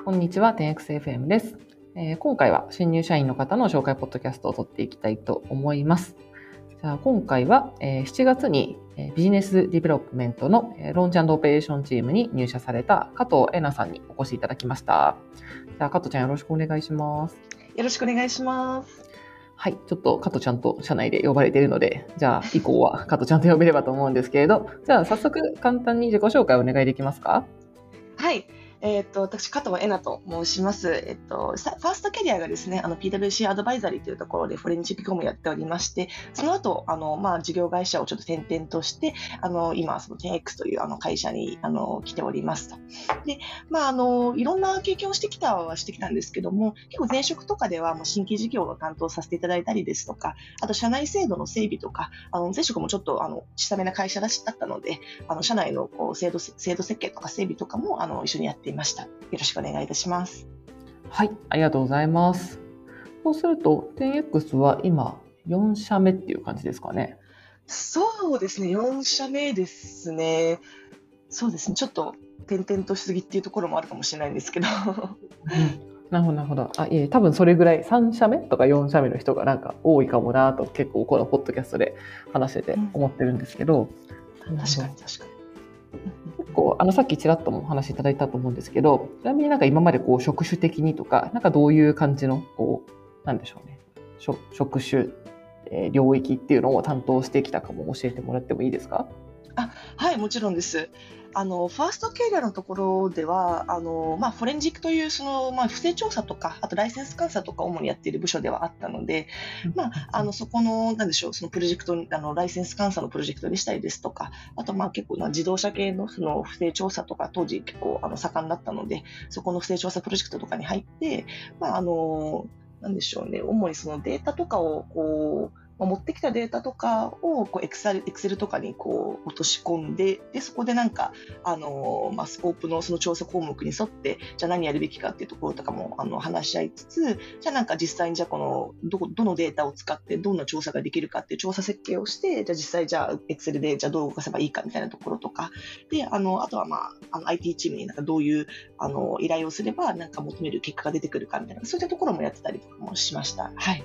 こんにちは、10XFM です。今回は新入社員の方の紹介ポッドキャストを撮っていきたいと思います。じゃあ今回は7月にビジネスディベロップメントのローンチ&オペレーションチームに入社された加藤恵奈さんにお越しいただきました。じゃあ加藤ちゃんよろしくお願いします。 よろしくお願いします。 はい、ちょっと加藤ちゃんと社内で呼ばれているので、じゃあ以降は加藤ちゃんと呼べればと思うんですけれど、じゃあ早速簡単に自己紹介をお願いできますか？ はい。私、加藤恵奈と申します。ファーストキャリアがですね、PwC アドバイザリーというところでフォレンジック業務をやっておりまして、その後、事業会社をちょっと転々として、今、その 10X という会社に来ておりますと。で、いろんな経験をしてきたんですけども、結構前職とかではもう新規事業の担当させていただいたりですとか、あと社内制度の整備とか、前職もちょっと小さめな会社だったので、社内の制度設計とか整備とかも一緒にやっていました。よろしくお願いいたします。 はい、ありがとうございます。そうすると 10X は今4社目っていう感じですかね？ そうですね、4社目ですね。そうですね、ちょっと転々としすぎっていうところもあるかもしれないんですけど。 なるほど、なるほど。多分それぐらい3社目とか4社目の人がなんか多いかもなと結構このポッドキャストで話してて思ってるんですけど、 確かに。 結構さっきちらっともお話しいただいたと思うんですけど、ちなみになんか今まで職種的にとか、なんかどういう感じのなんでしょうね、職種、領域っていうのを担当してきたかも教えてもらってもいいですか？ はい、もちろんです。ファーストキャリアのところでは、フォレンジックという不正調査とか、あとライセンス監査とか主にやっている部署ではあったので、そこの、なんでしょう、そのプロジェクト、ライセンス監査のプロジェクトでしたりですとか、あと結構な自動車系のその不正調査とか、当時結構盛んだったので、そこの不正調査プロジェクトとかに入って、なんでしょうね、主にそのデータとかを持ってきたデータとかをエクセルとかに落とし込んで、そこでスコープのその調査項目に沿って、じゃあ何やるべきかっていうところとかも話し合いつつ、じゃあ実際にどのデータを使ってどんな調査ができるかっていう調査設計をして、じゃあ実際エクセルでどう動かせばいいかみたいなところとか、で、あとはIT チームにどういう依頼をすれば求める結果が出てくるかみたいな、そういったところもやってたりとかもしました。はい。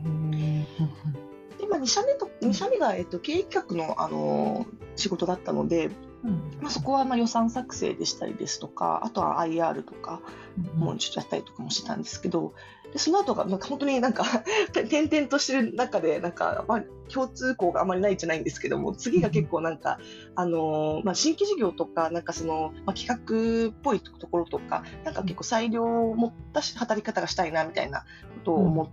で2社目が、経営企画の、仕事だったので、そこは予算作成でしたりですとか、あとは IR とかもちょっとやったりとかもしてたんですけど、でその後が本当に転々としてる中で共通項があまりないじゃないんですけども、次が結構新規事業とか企画っぽいところとか結構裁量を持った働き方がしたいなみたいなことを思って、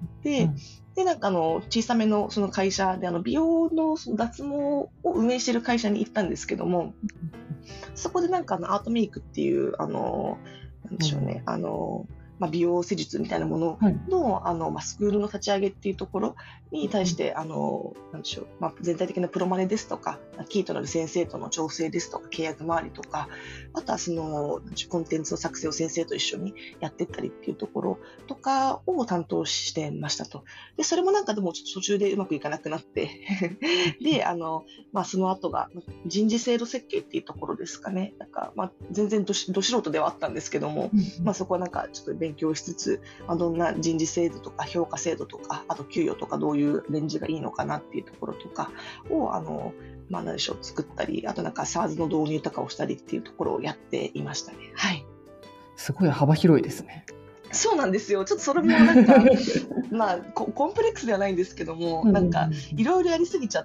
で小さめのその会社で美容の脱毛を運営している会社に行ったんですけども、そこでアートメイクっていうなんでしょうね、美容施術みたいなものの、スクールの立ち上げっていうところに対して、なんでしょう、全体的なプロマネですとか、キーとなる先生との調整ですとか、契約周りとか、あとはコンテンツの作成を先生と一緒にやっていったりっていうところとかを担当してましたと。で、それもでもちょっと途中でうまくいかなくなってで、その後が人事制度設計っていうところですかね。全然ど素人ではあったんですけども、そこはちょっと勉強しつつ、どんな人事制度とか評価制度とか、あと給与とかどういうレンジがいいのかなっていうところとかをなんでしょう、作ったり、あとSARS の導入とかをしたりっていうところをやっていましたね。はい。 すごい幅広いですね。 そうなんですよ。ちょっとそれもコンプレックスではないんですけども、いろいろやりすぎちゃって、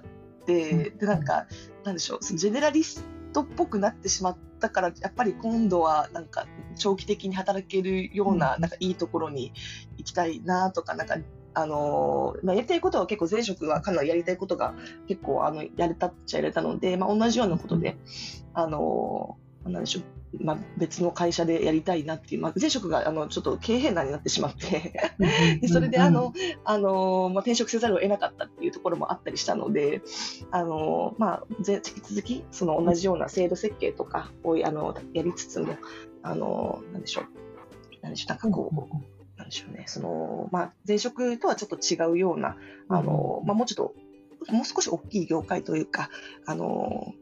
でなんでしょう、ジェネラリストっぽくなってしまったから、やっぱり今度は長期的に働けるようないいところに行きたいなとか、やりたいことは結構前職はかなりやりたいことが結構やれたっちゃやれたので、同じようなことでなんでしょう、別の会社でやりたいなっていう、前職がちょっと経営難になってしまってでそれで転職せざるを得なかったっていうところもあったりしたので、引き続きその同じような制度設計とかをやりつつもなんでしょうなんでしょうね、前職とはちょっと違うようなもう少し大きい業界というか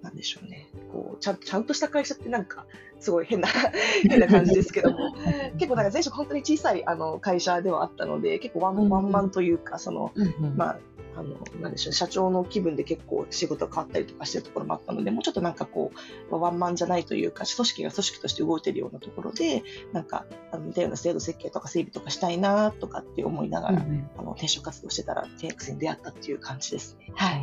なんでしょうね、こうちゃんとした会社ってなんかすごい変な感じですけども結構なんか前職本当に小さい会社ではあったので、結構ワンマンというか、まあなんでしょう、社長の気分で結構仕事が変わったりとかしてるところもあったので、もうちょっとなんかこうワンマンじゃないというか、組織が組織として動いているようなところで、なんか似たような制度設計とか整備とかしたいなとかって思いながら、転職活動してたら TX に出会ったっていう感じですね。はい。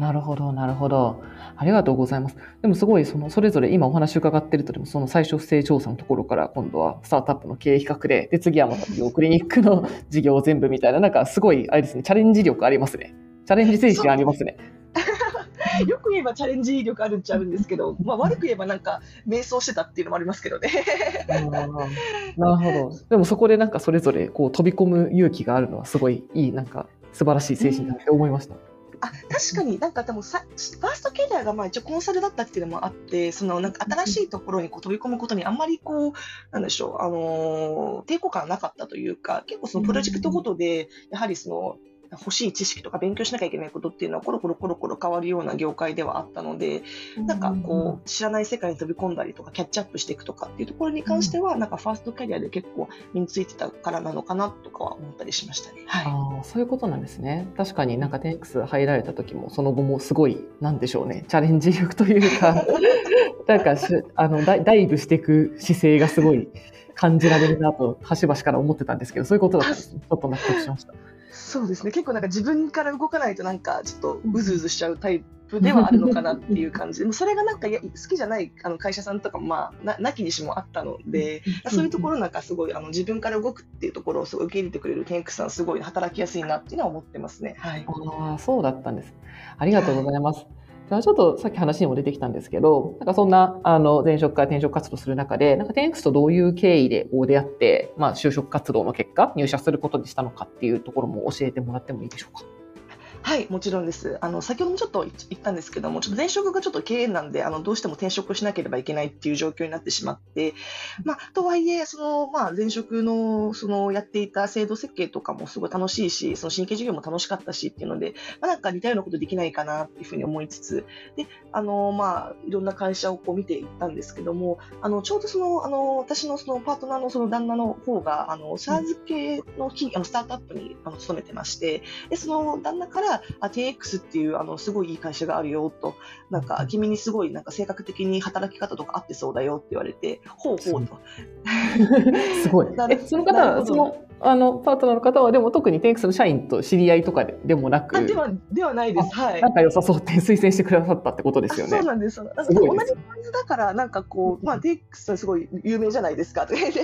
なるほど、なるほど。ありがとうございます。でもすごいそれぞれ今お話伺ってると、でもその最初不正調査のところから今度はスタートアップの経営企画で、次はまたクリニックの事業全部みたいな、なんかすごいあれですね、チャレンジ力ありますね。チャレンジ精神ありますね。 よく言えばチャレンジ力あるっちゃあるんですけど、悪く言えばなんか迷走してたっていうのもありますけどね。 なるほど。でもそこでなんかそれぞれこう飛び込む勇気があるのはすごいいい、なんか素晴らしい精神だって思いました。 確かになんかでもファーストキャリアが一応コンサルだったっていうのもあって、なんか新しいところに飛び込むことにあんまりなんでしょう、抵抗感なかったというか、結構プロジェクトごとでやはり欲しい知識とか勉強しなきゃいけないことっていうのはコロコロ変わるような業界ではあったので、なんか知らない世界に飛び込んだりとかキャッチアップしていくとかっていうところに関しては、なんかファーストキャリアで結構身についてたからなのかなとかは思ったりしましたね。 はい。そういうことなんですね。確かになんか 10X 入られた時もその後もすごい、なんでしょうね、チャレンジ力というかなんかダイブしていく姿勢がすごい感じられるなと端々から思ってたんですけど、そういうことだったんですね。ちょっと納得しました。 そうですね、結構なんか自分から動かないとなんかちょっとうずうずしちゃうタイプではあるのかなっていう感じで、もそれがなんか好きじゃない会社さんとかもなきにしもあったので、そういうところなんかすごい自分から動くっていうところをすごい受け入れてくれる10Xさん、すごい働きやすいなっていうのは思ってますね。はい。 そうだったんです。ありがとうございます。ちょっとさっき話にも出てきたんですけど、なんかそんな前職から転職活動する中で、なんか 10X とどういう経緯で出会って、就職活動の結果入社することにしたのかっていうところも教えてもらってもいいでしょうか。 はい、もちろんです。先ほどもちょっと言ったんですけども、ちょっと前職がちょっと経営なんで、どうしても転職しなければいけないっていう状況になってしまって、とはいえ、前職の、やっていた制度設計とかもすごい楽しいし、新規事業も楽しかったしっていうので、なんか似たようなことできないかなっていうふうに思いつつ、で、いろんな会社を見ていったんですけども、ちょうど私のパートナーの旦那の方が、SaaS 系のスタートアップに勤めてまして、で、旦那からTX っていうすごいいい会社があるよと、なんか君にすごいなんか性格的に働き方とか合ってそうだよって言われて、ほうほうと。 すごい。その方は、パートナーの方はでも特に TX の社員と知り合いとかでもなく、 ではないです。はい。 仲良さそうって推薦してくださったってことですよね。 そうなんです。同じ感じだからなんかTX はすごい有名じゃないですかとか言って。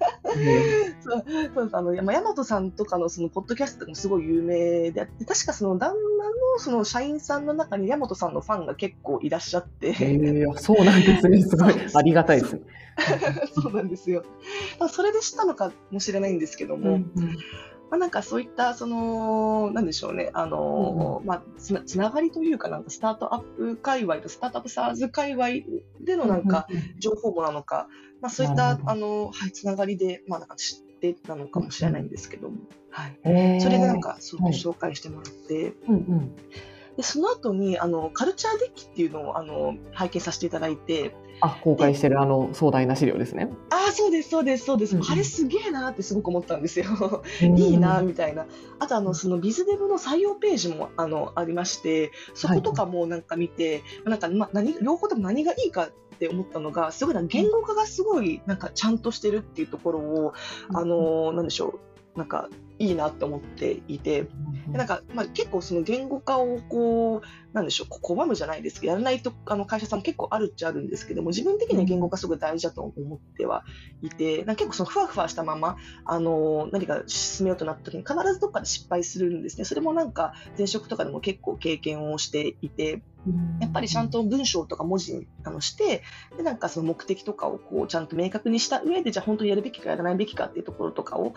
大和さんとかのポッドキャストもすごい有名であって、確か旦那の社員さんの中に大和さんのファンが結構いらっしゃって。 そうなんですね。すごいありがたいですね。 そうなんですよ。それで知ったのかもしれないんですけども、なんかそういったなんでしょうね、つながりというか、なんかスタートアップ界隈とスタートアップ SaaS 界隈でのなんか情報もなのか、そういったつながりでなんか知ってたのかもしれないんですけども、はい。それでなんか紹介してもらって。でその後にカルチャーデッキっていうのを拝見させていただいて、 公開してる壮大な資料ですね。 そうです。あれすげえなってすごく思ったんですよ。いいなみたいな。あとビズデブの採用ページもありまして、そことかもなんか見て、なんか両方とも何がいいかって思ったのが、すごい言語化がすごいなんかちゃんとしてるっていうところをなんでしょう、なんかいいなって思っていて、なんか結構言語化をなんでしょう、拒むじゃないですけど、やらないと会社さんも結構あるっちゃあるんですけども、自分的には言語化すごい大事だと思ってはいて、なんか結構ふわふわしたまま何か進めようとなった時に必ずどっかで失敗するんですね。それもなんか前職とかでも結構経験をしていて、やっぱりちゃんと文章とか文字にして、でなんか目的とかをちゃんと明確にした上で、じゃあ本当にやるべきかやらないべきかっていうところとかを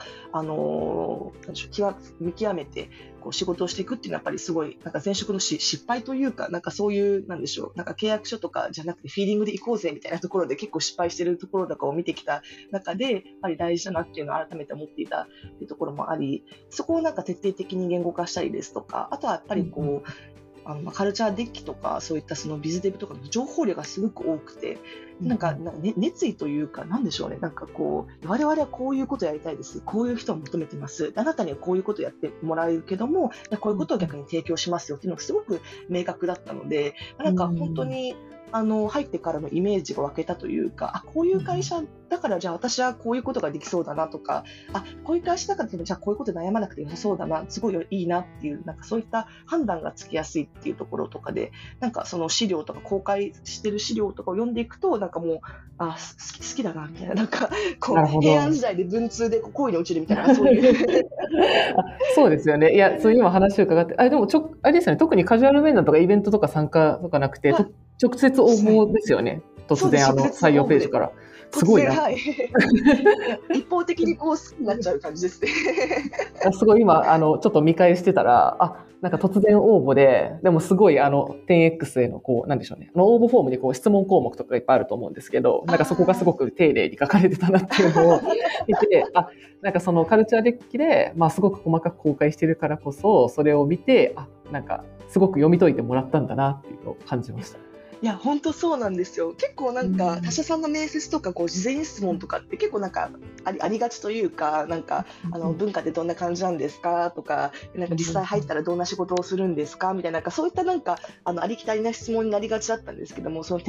見極めて仕事をしていくっていうのはやっぱりすごいなんか前職の失敗というか、なんかそういうなんでしょう、なんか契約書とかじゃなくてフィーリングで行こうぜみたいなところで結構失敗してるところとかを見てきた中で、やっぱり大事だなっていうのを改めて思っていたっていうところもあり、そこをなんか徹底的に言語化したりですとか、あとはやっぱりカルチャーデッキとかそういったそのビズデブとかの情報量がすごく多くて、なんか熱意というか、なんでしょうね、なんかこう我々はこういうことやりたいです、こういう人を求めてます、あなたにはこういうことをやってもらえるけどもこういうことを逆に提供しますよっていうのがすごく明確だったので、なんか本当に入ってからのイメージが分けたというか、こういう会社だからじゃあ私はこういうことができそうだなとか、こういう会社だからじゃあこういうことで悩まなくてよさそうだな、すごいいいなっていう、なんかそういった判断がつきやすいっていうところとかで、なんかその資料とか公開してる資料とかを読んでいくと、なんかもう好きだなみたいな、なんかこう平安時代で文通で恋に落ちるみたいな、そういうそうですよね。いや、そういう今話を伺って、でもあれですよね、特にカジュアル面談とかイベントとか参加とかなくて、直接応募ですよね。突然採用ページから。すごいな。 一方的にこう好きになっちゃう感じですね。 すごい今ちょっと見返してたら、なんか突然応募でもすごい10X へのこうなんでしょうね、応募フォームにこう質問項目とかがいっぱいあると思うんですけど、なんかそこがすごく丁寧に書かれてたなっていうのを見て、なんかそのカルチャーデッキで、すごく細かく公開してるからこそ、それを見て、なんかすごく読み解いてもらったんだなっていうのを感じました。 いや本当そうなんですよ。結構なんか他社さんの面接とかこう事前質問とかって結構なんかありがちというか、なんか文化ってどんな感じなんですかとか、なんか実際入ったらどんな仕事をするんですかみたいな、なんかそういったなんかありきたりな質問になりがちだったんですけども、その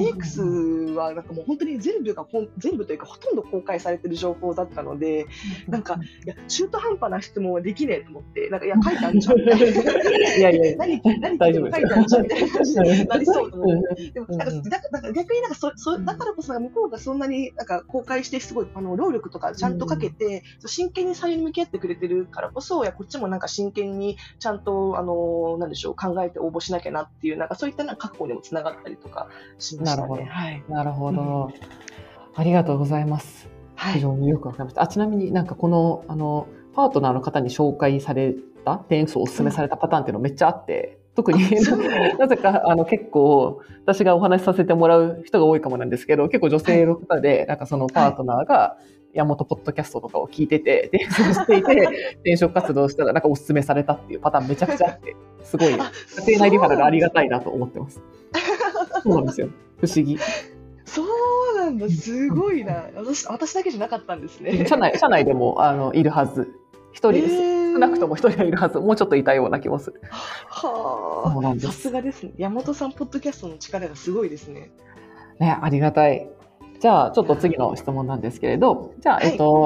TX はなんかもう本当に全部というかほとんど公開されてる情報だったので、なんかいや中途半端な質問はできねえと思って、なんかいや書いてあるじゃんみたいな、いや何書いてあるじゃんみたいな感じになりそうと思って。だから逆になんかだからこそ向こうがそんなになんか公開してすごい労力とかちゃんとかけて、真剣に採用に向き合ってくれてるからこそ、こっちもなんか真剣にちゃんとなんでしょう、考えて応募しなきゃなっていう、なんかそういったなんか覚悟にもつながったりとかしましたね。 なるほど、ありがとうございます。非常によくわかりました。ちなみになんかこのパートナーの方に紹介された10Xをお勧めされたパターンっていうのめっちゃあって。特になぜか結構私がお話しさせてもらう人が多いかもなんですけど、結構女性の方で、なんかそのパートナーが山本ポッドキャストとかを聞いてて、転職していて転職活動したらなんかお勧めされたっていうパターンめちゃくちゃあって、すごい家庭内リファラルありがたいなと思ってます。そうなんですよ、不思議。 そうなんだ、すごいな。私だけじゃなかったんですね。 社内でもいるはず。一人です。少なくとも一人はいるはず。もうちょっといたような気もする。 さすがですね。山本さんポッドキャストの力がすごいですね。 ね、ありがたい。じゃあちょっと次の質問なんですけれど、じゃあ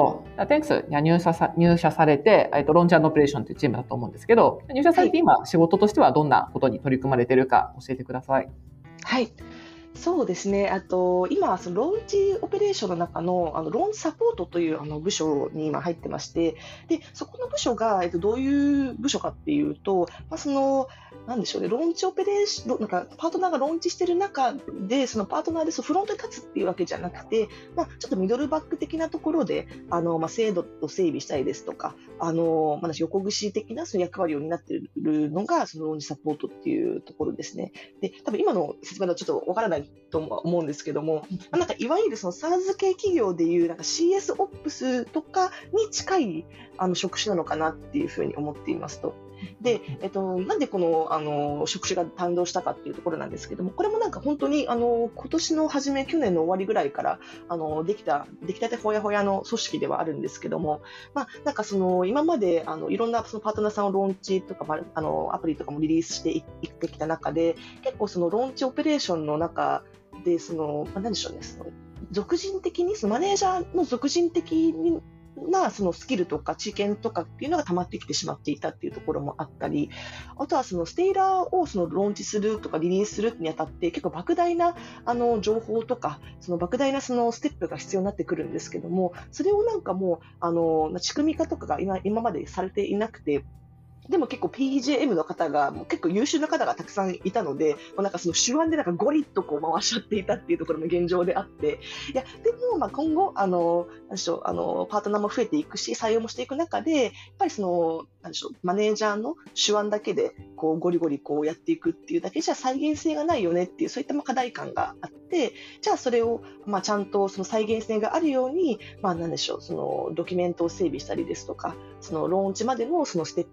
TX に入社されてローンチ&オペレーションというチームだと思うんですけど、入社されて今、仕事としてはどんなことに取り組まれているか教えてください。 はい。そうですね。今そのローンチオペレーションの中のローンチサポートという部署に今入ってまして、でそこの部署がどういう部署かっていうと、そのなんでしょうね、ローンチオペレーションなんかパートナーがローンチしてる中で、そのパートナーでフロントに立つっていうわけじゃなくて、ちょっとミドルバック的なところで制度を整備したりですとか、横串的なその役割を担っているのがそのローンチサポートっていうところですね。で多分今の説明だとちょっとわからないと思うんですけども、なんかいわゆるその SaaS 系企業でいうなんか CS オプスとかに近い職種なのかなっていうふうに思っていますと。で、なんでこの職種が誕生したかっていうところなんですけども、これもなんか本当に今年の初め、去年の終わりぐらいからできたてほやほやの組織ではあるんですけども、なんか今までいろんなそのパートナーさんをローンチとかアプリとかもリリースしていってきた中で、結構そのローンチオペレーションの中でなんでしょうね、属人的にマネージャーの属人的なそのスキルとか知見とかっていうのが溜まってきてしまっていたっていうところもあったり、あとはステイラーをローンチするとかリリースするにあたって結構莫大な情報とか莫大なステップが必要になってくるんですけども、それをなんかもう仕組み化とかが今までされていなくて、でも結構 PJM の方が結構優秀な方がたくさんいたので、なんか手腕でなんかゴリッとこう回しちゃっていたっていうところも現状であって、いやでも今後パートナーも増えていくし採用もしていく中で、やっぱりマネージャーの手腕だけでこうゴリゴリこうやっていくっていうだけじゃ再現性がないよねっていう、そういった課題感があって、じゃあそれをちゃんと再現性があるようになんでしょう、ドキュメントを整備したりですとか、ローンチまでのステップっていうのを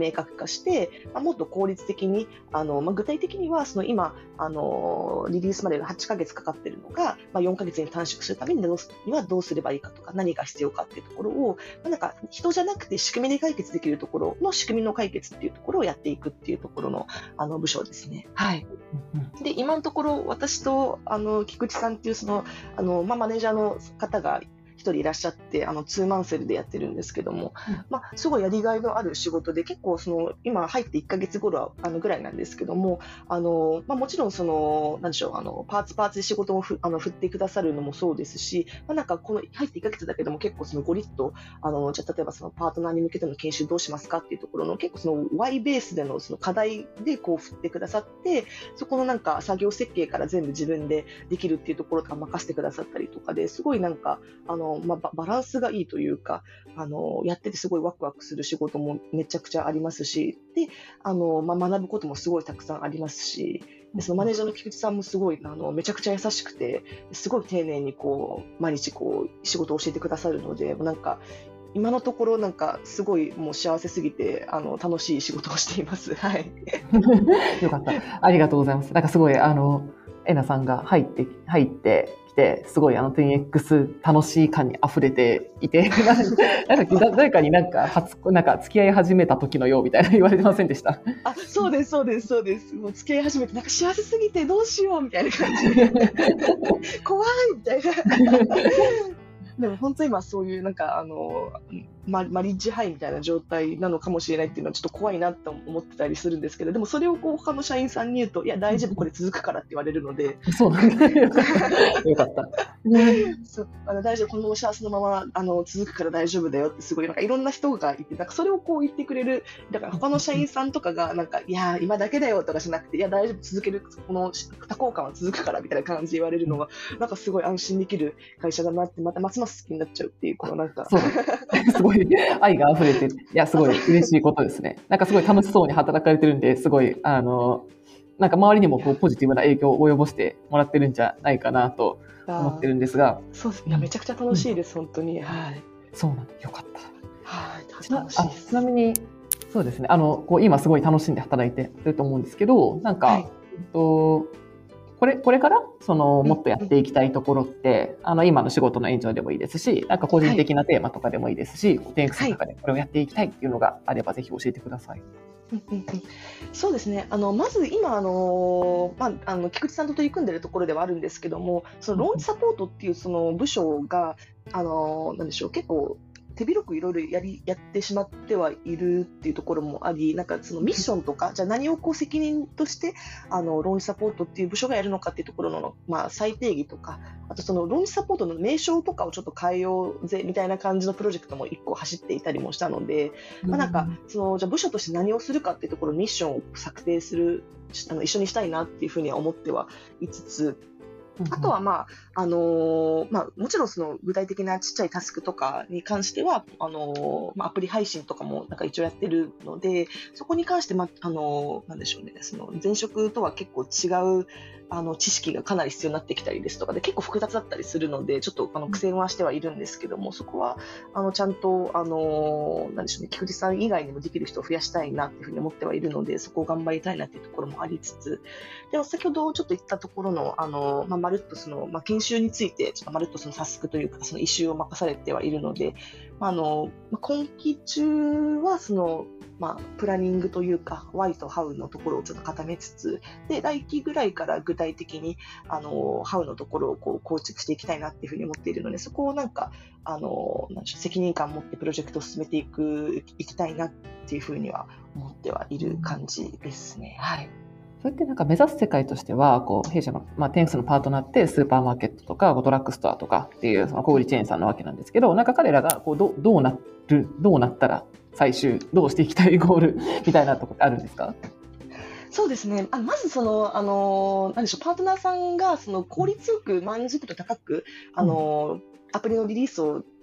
明確化して、もっと効率的に具体的にはその今リリースまでが8ヶ月かかっているのが、4ヶ月に短縮するためにはどうすればいいかとか、何が必要かっていうところを、なんか人じゃなくて仕組みで解決できるところの仕組みの解決っていうところをやっていくっていうところの部署ですね。はい。で、今のところ私と菊池さんっていうマネージャーの方が一人いらっしゃって、ツーマンセルでやってるんですけども、すごいやりがいのある仕事で、結構今入って1ヶ月ぐらいなんですけども、もちろんなんでしょう、パーツで仕事を振ってくださるのもそうですし、なんかこの入って1ヶ月だけでも結構ゴリッと、じゃあ例えばパートナーに向けての研修どうしますかっていうところの結構Y ベースでの課題でこう振ってくださって、そこのなんか作業設計から全部自分でできるっていうところとか任せてくださったりとかで、すごいなんかバランスがいいというか、やっててすごいワクワクする仕事もめちゃくちゃありますし、で、学ぶこともすごいたくさんありますし、でそのマネージャーの菊池さんもすごいめちゃくちゃ優しくて、すごい丁寧に毎日仕事を教えてくださるので、なんか今のところなんかすごいもう幸せすぎて楽しい仕事をしています。はい。 よかった。ありがとうございます。なんかすごいえなさんが入ってきて、すごい10X 楽しい感に溢れていて、なんか誰かになんか付き合い始めた時のようみたいな言われてませんでした？ そうです。もう付き合い始めてなんか幸せすぎてどうしようみたいな感じで怖いみたいな。でも本当に今そういうなんかマリッジハイみたいな状態なのかもしれないっていうのはちょっと怖いなと思ってたりするんですけど、でもそれを他の社員さんに言うと、いや大丈夫これ続くからって言われるので、 そうなんだ。よかった。 そう大丈夫、この幸せのまま続くから大丈夫だよってすごいなんかいろんな人がいて、なんかそれを言ってくれる、だから他の社員さんとかがなんかいや今だけだよとかじゃなくて、いや大丈夫続ける、この多幸感は続くからみたいな感じで言われるのがなんかすごい安心できる会社だなって、またますます好きになっちゃうっていう、このなんかすごい愛が溢れて、いやすごい嬉しいことですね。なんかすごい楽しそうに働かれてるんで、すごいなんか周りにもポジティブな影響を及ぼしてもらってるんじゃないかなと思ってるんですが。 そうですね。めちゃくちゃ楽しいです、本当に。はい。 そうなんだ。よかった。 はい。楽しいです。 ちなみにそうですね。今すごい楽しんで働いてると思うんですけど、なんか、これからもっとやっていきたいところって、今の仕事の延長でもいいですし、なんか個人的なテーマとかでもいいですし、10Xの中でこれをやっていきたいっていうのがあればぜひ教えてください。 そうですね。まず今菊池さんと取り組んでいるところではあるんですけども、そのローンチサポートっていうその部署がなんでしょう、結構手広くいろいろやってしまってはいるっていうところもあり、なんかそのミッションとか、じゃあ何を責任としてローンチサポートっていう部署がやるのかっていうところの、再定義とか、あとそのローンチサポートの名称とかをちょっと変えようぜみたいな感じのプロジェクトも一個走っていたりもしたので、なんかじゃあ部署として何をするかっていうところ、ミッションを策定する一緒にしたいなっていうふうには思ってはいつつ、あとはもちろんその具体的なちっちゃいタスクとかに関してはアプリ配信とかもなんか一応やってるので、そこに関してなんでしょうね、その前職とは結構違う知識がかなり必要になってきたりですとかで、結構複雑だったりするので、ちょっと苦戦はしてはいるんですけども、そこはちゃんとなんでしょうね、菊池さん以外にもできる人を増やしたいなっていうふうに思ってはいるので、そこを頑張りたいなっていうところもありつつ、でも先ほどちょっと言ったところのまるっと研修についてちょっとまるっとタスクというかそのイシューを任されてはいるので、今期中はプランニングというか Why と How のところをちょっと固めつつ、で来期ぐらいから具体的にHow のところを構築していきたいなっていうふうに思っているので、そこをなんか責任感を持ってプロジェクトを進めていきたいなっていうふうには思ってはいる感じですね。はい。 それってなんか目指す世界としては、弊社の、10Xのパートナーってスーパーマーケットとかドラッグストアとかっていうその小売チェーンさんなわけなんですけど、なんか彼らがどうなったら最終どうしていきたいゴールみたいなところってあるんですか？ そうですね。まずなんでしょう、パートナーさんが効率よく満足度高くアプリのリリースを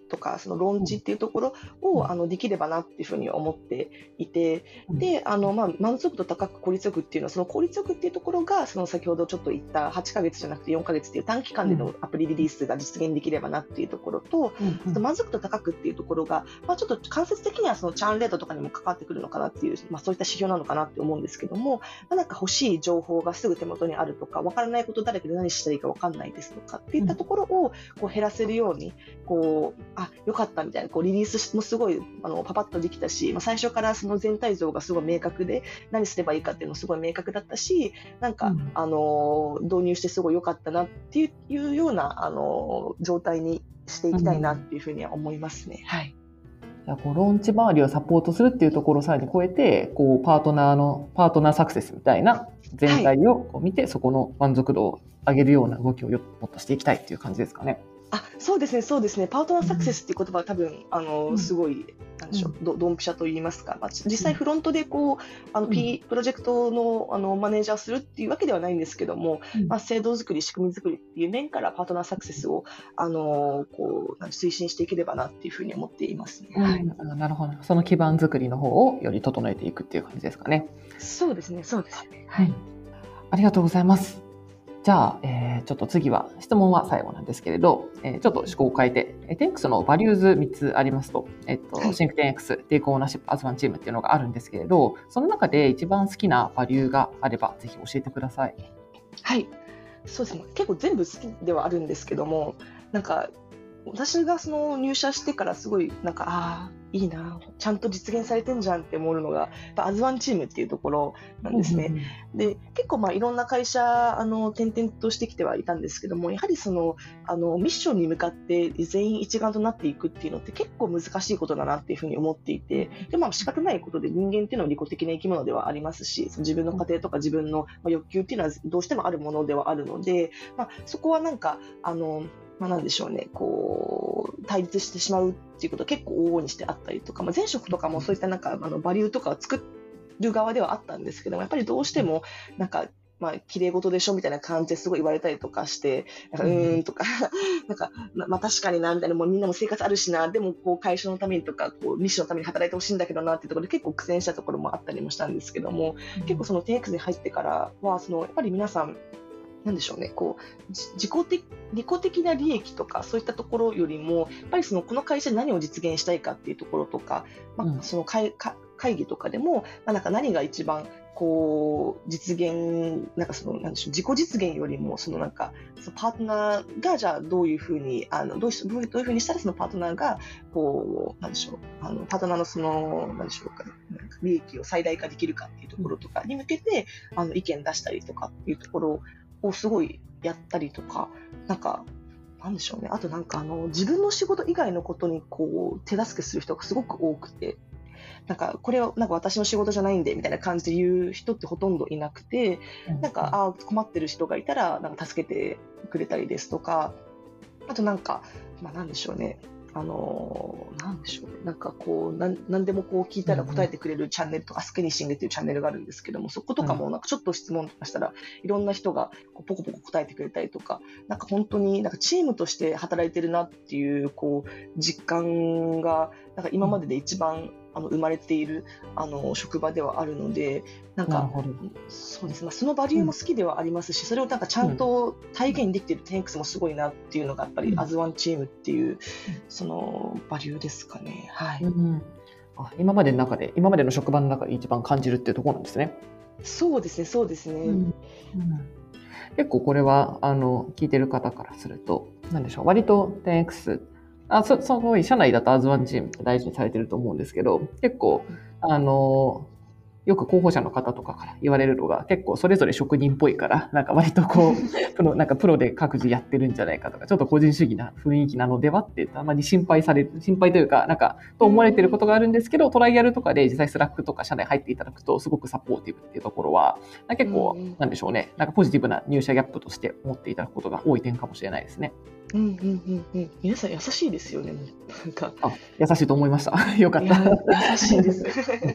とか、そのローンチっていうところを、できればなっていうふうに思っていて、で、満足度高く効率よくっていうのは、その効率よくっていうところが、その先ほどちょっと言った8ヶ月じゃなくて4ヶ月っていう短期間でのアプリリリースが実現できればなっていうところと、満足度高くっていうところが、ちょっと間接的にはそのチャーンレートとかにも関わってくるのかなっていう、そういった指標なのかなって思うんですけども、なんか欲しい情報がすぐ手元にあるとか、わからないこと誰かで何したらいいかわかんないですとかっていったところをこう減らせるように、よかったみたいな、リリースもすごいパパッとできたし、最初からその全体像がすごい明確で、何すればいいかっていうのもすごい明確だったし、なんか、導入してすごい良かったなっていうような状態にしていきたいなっていうふうには思いますね。はい。 じゃあローンチ周りをサポートするっていうところをさらに超えて、パートナーサクセスみたいな全体を見て、そこの満足度を上げるような動きをもっとしていきたいっていう感じですかね。 そうですね、そうですね。パートナーサクセスっていう言葉は多分、すごい、なんでしょう、ドンピシャと言いますか、実際フロントでプロジェクトの、マネージャーをするっていうわけではないんですけども、制度作り、仕組み作りっていう面からパートナーサクセスを、推進していければなっていうふうに思っていますね。はい。 なるほど。その基盤作りの方をより整えていくっていう感じですかね。 そうですね、そうですね。はい。 ありがとうございます。じゃあ、ちょっと次は、質問は最後なんですけれど、ちょっと思考を変えて、10X のバリューズ3つありますと、シンク 10X、テイクオーナーシップ、アズワンチームっていうのがあるんですけれど、その中で一番好きなバリューがあれば、ぜひ教えてください。 はい。そうですね。結構全部好きではあるんですけども、なんか、私がその入社してからすごいなんかいいな、ちゃんと実現されてんじゃんって思うのがアズワンチームっていうところなんですね。で、結構いろんな会社転々としてきてはいたんですけども、やはりそのミッションに向かって全員一丸となっていくっていうのって結構難しいことだなっていうふうに思っていて、で仕方ないことで人間っていうのは利己的な生き物ではありますし、自分の家庭とか自分の欲求っていうのはどうしてもあるものではあるので、そこはなんかなんでしょうね、対立してしまうっていうことは結構往々にしてあったりとか、前職とかもそういったなんかバリューとかを作る側ではあったんですけども、やっぱりどうしてもなんか綺麗事でしょみたいな感じですごい言われたりとかして、なんかとかなんか確かになみたいな、もうみんなも生活あるしな、でも会社のためにとかミッションのために働いてほしいんだけどなっていうところで結構苦戦したところもあったりもしたんですけども、結構その 10X に入ってからはやっぱり皆さんなんでしょうね、利己的な利益とかそういったところよりも、やっぱりこの会社で何を実現したいかっていうところとか、その会議とかでも、なんか何が一番実現、なんでしょう、自己実現よりも、なんかパートナーがじゃあどういうふうにどういうふうにしたらそのパートナーがなんでしょう、パートナーのなんでしょうか、利益を最大化できるかっていうところとかに向けて意見出したりとかっていうところをすごいやったりとか、なんでしょうね。あと自分の仕事以外のことに手助けする人がすごく多くて、これは私の仕事じゃないんでみたいな感じで言う人ってほとんどいなくて、困ってる人がいたら助けてくれたりですとか、あとなんでしょうね。なんでしょうね。何でも聞いたら答えてくれるチャンネルとか、アスクニッシングっていうチャンネルがあるんですけども、そことかもちょっと質問とかしたら、いろんな人がポコポコ答えてくれたりとか、本当にチームとして働いてるなっていう実感が今までで一番生まれている職場ではあるので、そうですね、そのバリューも好きではありますし、それをちゃんと体現できている 10X もすごいなっていうのがやっぱりアズワンチームっていうそのバリューですかね。はい。 今までの職場の中で一番感じるっていうところなんですね。 そうですね、そうですね。 結構これは聞いてる方からすると、なんでしょう、割と 10Xすごい社内だとアズワンチームって大事にされてると思うんですけど、結構よく候補者の方とかから言われるのが、結構それぞれ職人っぽいから、割とプロで各自やってるんじゃないかとか、ちょっと個人主義な雰囲気なのではってたまに心配というか、と思われてることがあるんですけど、トライアルとかで実際スラックとか社内入っていただくと、すごくサポーティブっていうところは、結構、なんでしょうね、ポジティブな入社ギャップとして思っていただくことが多い点かもしれないですね。 皆さん優しいですよね。 優しいと思いました。よかった。 優しいです。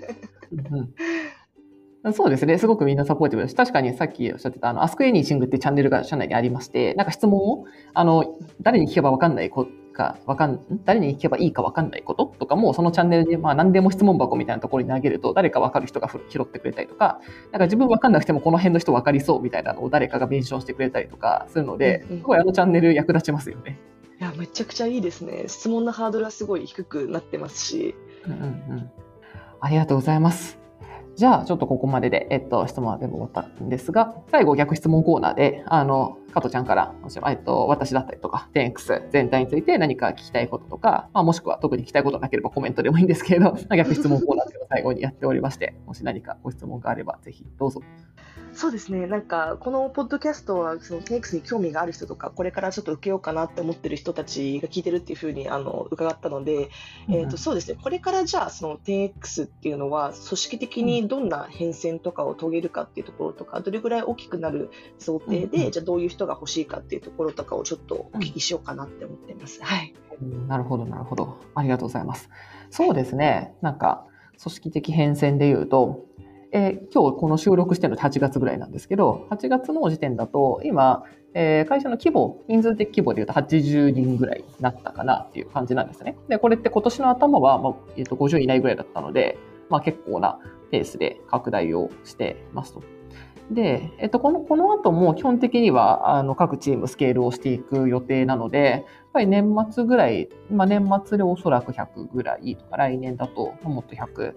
そうですね。すごくみんなサポーティブです。確かにさっきおっしゃってた、Ask Anything ってチャンネルが社内にありまして、質問を、誰に聞けばわかんないこ誰に聞けばいいか分かんないこととかも、そのチャンネルで何でも質問箱みたいなところに投げると、誰か分かる人が拾ってくれたりとか、自分分かんなくてもこの辺の人分かりそうみたいなのを誰かがメンションしてくれたりとかするので、すごいチャンネル役立ちますよね。 いや、めちゃくちゃいいですね。質問のハードルはすごい低くなってますし。 ありがとうございます。じゃあ、ちょっとここまでで、質問は全部終わったんですが、最後逆質問コーナーで、加藤ちゃんから、私だったりとか、10X 全体について何か聞きたいこととか、もしくは特に聞きたいことなければコメントでもいいんですけれど、逆質問コーナーというのを最後にやっておりまして、もし何かご質問があれば、ぜひどうぞ。 そうですね。このポッドキャストは、その 10X に興味がある人とか、これからちょっと受けようかなって思ってる人たちが聞いてるっていうふうに伺ったので、そうですね。これからじゃあ、その 10X っていうのは、組織的にどんな変遷とかを遂げるかっていうところとか、どれぐらい大きくなる想定で、じゃあどういう人が欲しいかっていうところとかをちょっとお聞きしようかなって思っています。はい。 なるほど、なるほど。ありがとうございます。そうですね。組織的変遷で言うと、今日この収録してるの8月ぐらいなんですけど、8月の時点だと、今、会社の規模、人数的規模で言うと80人ぐらいになったかなっていう感じなんですね。で、これって今年の頭は、50以内ぐらいだったので、結構なペースで拡大をしてますと。で、この後も基本的には、各チームスケールをしていく予定なので、やっぱり年末ぐらい、年末でおそらく100ぐらいとか、来年だともっと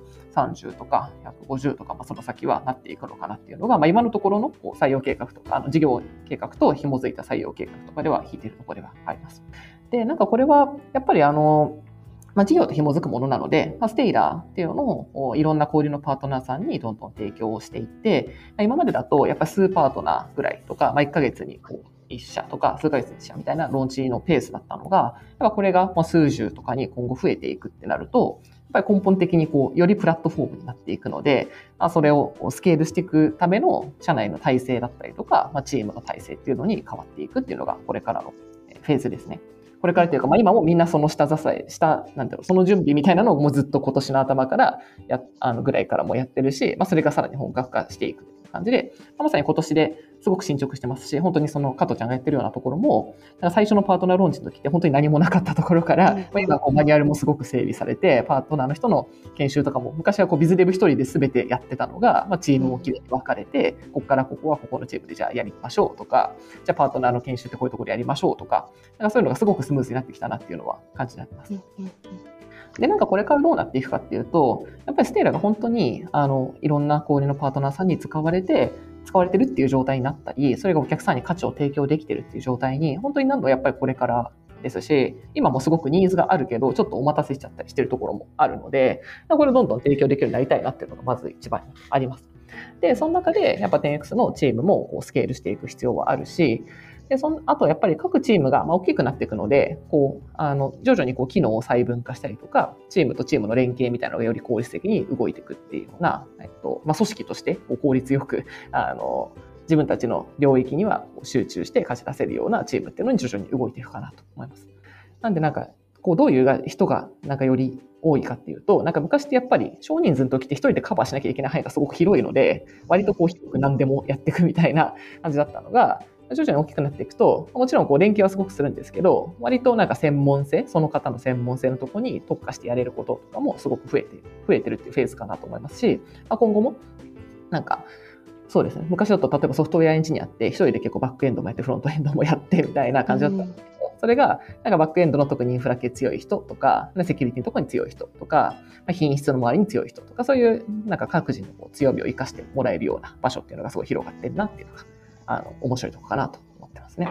130とか150とか、その先はなっていくのかなっていうのが、今のところの採用計画とか、事業計画と紐づいた採用計画とかでは引いているところではあります。で、これは、やっぱり事業と紐づくものなので、ステイラーっていうのをいろんな小売りのパートナーさんにどんどん提供をしていって、今までだとやっぱり数パートナーぐらいとか、1ヶ月に1社とか数ヶ月に1社みたいなローンチのペースだったのが、やっぱこれが数十とかに今後増えていくってなると、やっぱり根本的によりプラットフォームになっていくので、それをスケールしていくための社内の体制だったりとか、チームの体制っていうのに変わっていくっていうのがこれからのフェーズですね。これからというか、今もみんなその下支え、その準備みたいなのをもうずっと今年の頭からぐらいからもやってるし、それがさらに本格化していく感じで、まさに今年ですごく進捗してますし、本当にその加藤ちゃんがやってるようなところも、最初のパートナーローンチの時って本当に何もなかったところから、今マニュアルもすごく整備されて、パートナーの人の研修とかも、昔はビズデブ一人で全てやってたのが、チームもきれいに分かれて、ここからここはここのチームでじゃあやりましょうとか、じゃあパートナーの研修ってこういうところでやりましょうとか、そういうのがすごくスムーズになってきたなっていうのは感じになってます。で、これからどうなっていくかっていうと、やっぱりステーラが本当に、いろんな小売りのパートナーさんに使われてるっていう状態になったり、それがお客さんに価値を提供できてるっていう状態に、本当にやっぱりこれからですし、今もすごくニーズがあるけど、ちょっとお待たせしちゃったりしてるところもあるので、これをどんどん提供できるようになりたいなっていうのがまず一番あります。で、その中で、やっぱ 10X のチームもスケールしていく必要はあるし、で、あとやっぱり各チームが大きくなっていくので、徐々に機能を細分化したりとか、チームとチームの連携みたいなのがより効率的に動いていくっていうような、組織として効率よく、自分たちの領域には集中して貸し出せるようなチームっていうのに徐々に動いていくかなと思います。なんでどういう人がより多いかっていうと、昔ってやっぱり少人数の時って一人でカバーしなきゃいけない範囲がすごく広いので、割と広く何でもやっていくみたいな感じだったのが、徐々に大きくなっていくと、もちろん連携はすごくするんですけど、割と専門性、その方の専門性のところに特化してやれることとかもすごく増えてるっていうフェーズかなと思いますし、今後もそうですね、昔だと例えばソフトウェアエンジニアって一人で結構バックエンドもやってフロントエンドもやってみたいな感じだったんですけど、それがバックエンドの特にインフラ系強い人とか、セキュリティのところに強い人とか、品質の周りに強い人とか、そういう各自の強みを生かしてもらえるような場所っていうのがすごい広がってるなっていうのが面白いところかなと思ってますね。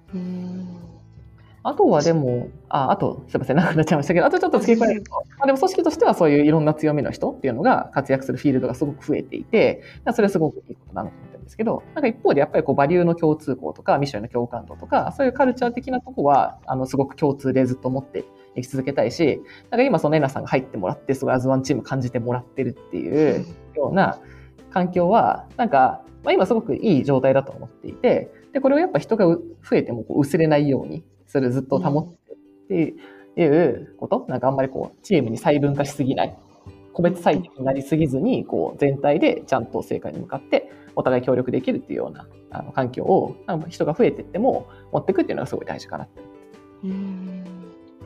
あとはでも、すいません、なくなっちゃいましたけど、あとちょっと付け加えると、でも組織としてはそういういろんな強みの人っていうのが活躍するフィールドがすごく増えていて、それはすごくいいことだなと思ってるんですけど、一方でやっぱりバリューの共通項とか、ミッションの共感度とか、そういうカルチャー的なとこは、すごく共通でずっと持っていき続けたいし、今そのエナさんが入ってもらって、すごいアズワンチーム感じてもらってるっていうような環境は、今すごくいい状態だと思っていて、で、これをやっぱ人が増えても薄れないように、それをずっと保ってっていうこと、あんまりチームに細分化しすぎない、個別最適になりすぎずに、全体でちゃんと成果に向かってお互い協力できるっていうような環境を人が増えていっても持っていくっていうのがすごい大事かなって。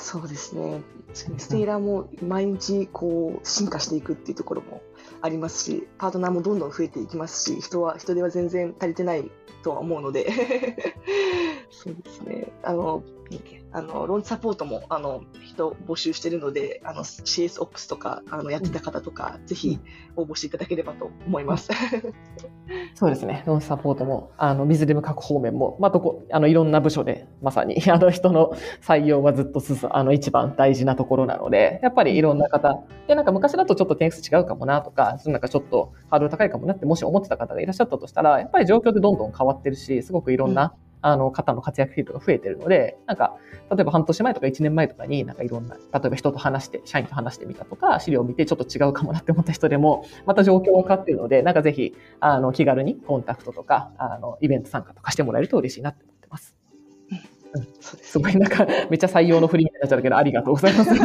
そうですね。ステイラーも毎日こう進化していくっていうところもありますし、パートナーもどんどん増えていきますし、人手は全然足りてないとは思うのでそうですね。ローンチサポートも人募集しているので、CS オプスとかやってた方とか、ぜひ応募していただければと思います。 そうですね。ローンチサポートもビズデム各方面も、いろんな部署でまさに人の採用はずっと一番大事なところなので、やっぱりいろんな方で、なんか昔だとちょっと点数違うかもなとか、なんかちょっとハードル高いかもなってもし思ってた方がいらっしゃったとしたら、やっぱり状況でどんどん変わってるし、すごくいろんな、方の活躍フィールドが増えてるので、なんか、例えば半年前とか1年前とかになんかいろんな、例えば人と話して、社員と話してみたとか、資料を見てちょっと違うかもなって思った人でも、また状況が変わってるので、なんかぜひ、気軽にコンタクトとか、イベント参加とかしてもらえると嬉しいなって思ってます。すごいなんか、めっちゃ採用の振りになっちゃうけど、ありがとうございます。はい。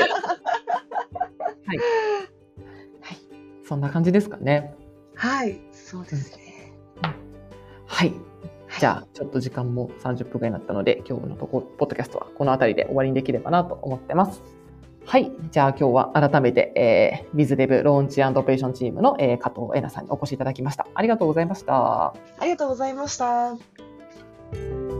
はい。そんな感じですかね。 はい、そうですね。 はい。じゃあ、ちょっと時間も30分ぐらいになったので、今日のポッドキャストはこの辺りで終わりにできればなと思ってます。はい。じゃあ、今日は改めて、ビズデブローンチ&オペレーションチームの、加藤恵奈さんにお越しいただきました。ありがとうございました。 ありがとうございました。